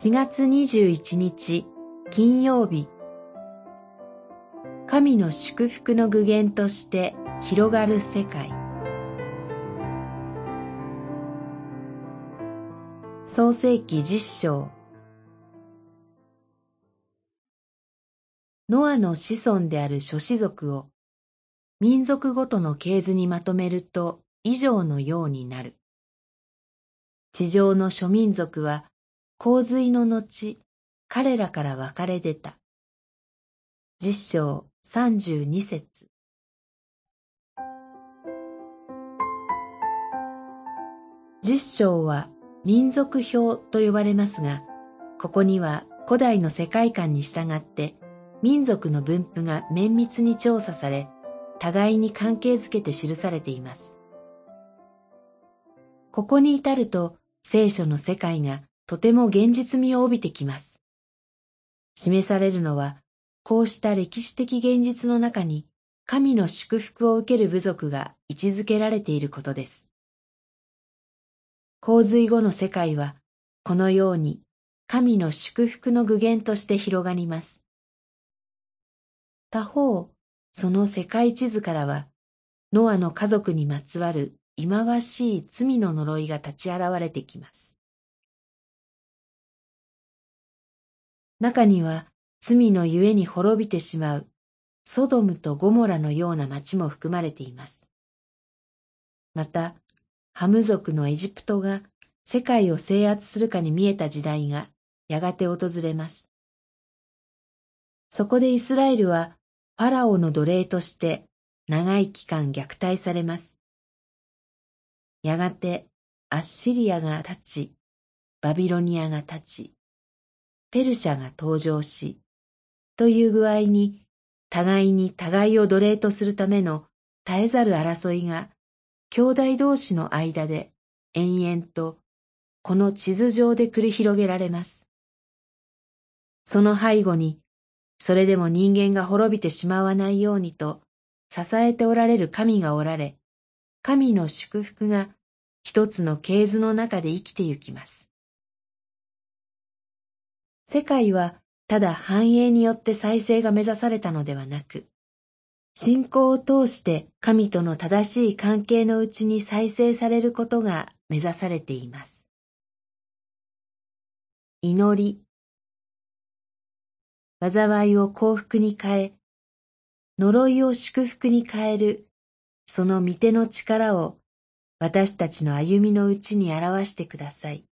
4月21日金曜日、神の祝福の具現として広がる世界。創世記10章。ノアの子孫である諸氏族を民族ごとの系図にまとめると以上のようになる。地上の諸民族は洪水の後、彼らから分かれ出た。10章32節。10章は民族表と呼ばれますが、ここには古代の世界観に従って民族の分布が綿密に調査され、互いに関係づけて記されています。ここに至ると聖書の世界がとても現実味を帯びてきます。示されるのは、こうした歴史的現実の中に神の祝福を受ける部族が位置づけられていることです。洪水後の世界は、このように神の祝福の具現として広がります。他方、その世界地図からは、ノアの家族にまつわる忌まわしい罪の呪いが立ち現れてきます。中には罪のゆえに滅びてしまうソドムとゴモラのような町も含まれています。また、ハム族のエジプトが世界を制圧するかに見えた時代がやがて訪れます。そこでイスラエルはファラオの奴隷として長い期間虐待されます。やがてアッシリアが立ち、バビロニアが立ち、ペルシャが登場し、という具合に互いを奴隷とするための絶えざる争いが兄弟同士の間で延々とこの地図上で繰り広げられます。その背後に、それでも人間が滅びてしまわないようにと支えておられる神がおられ、神の祝福が一つの系図の中で生きてゆきます。世界はただ繁栄によって再生が目指されたのではなく、信仰を通して神との正しい関係のうちに再生されることが目指されています。祈り。災いを幸福に変え、呪いを祝福に変える、その御手の力を私たちの歩みのうちに表してください。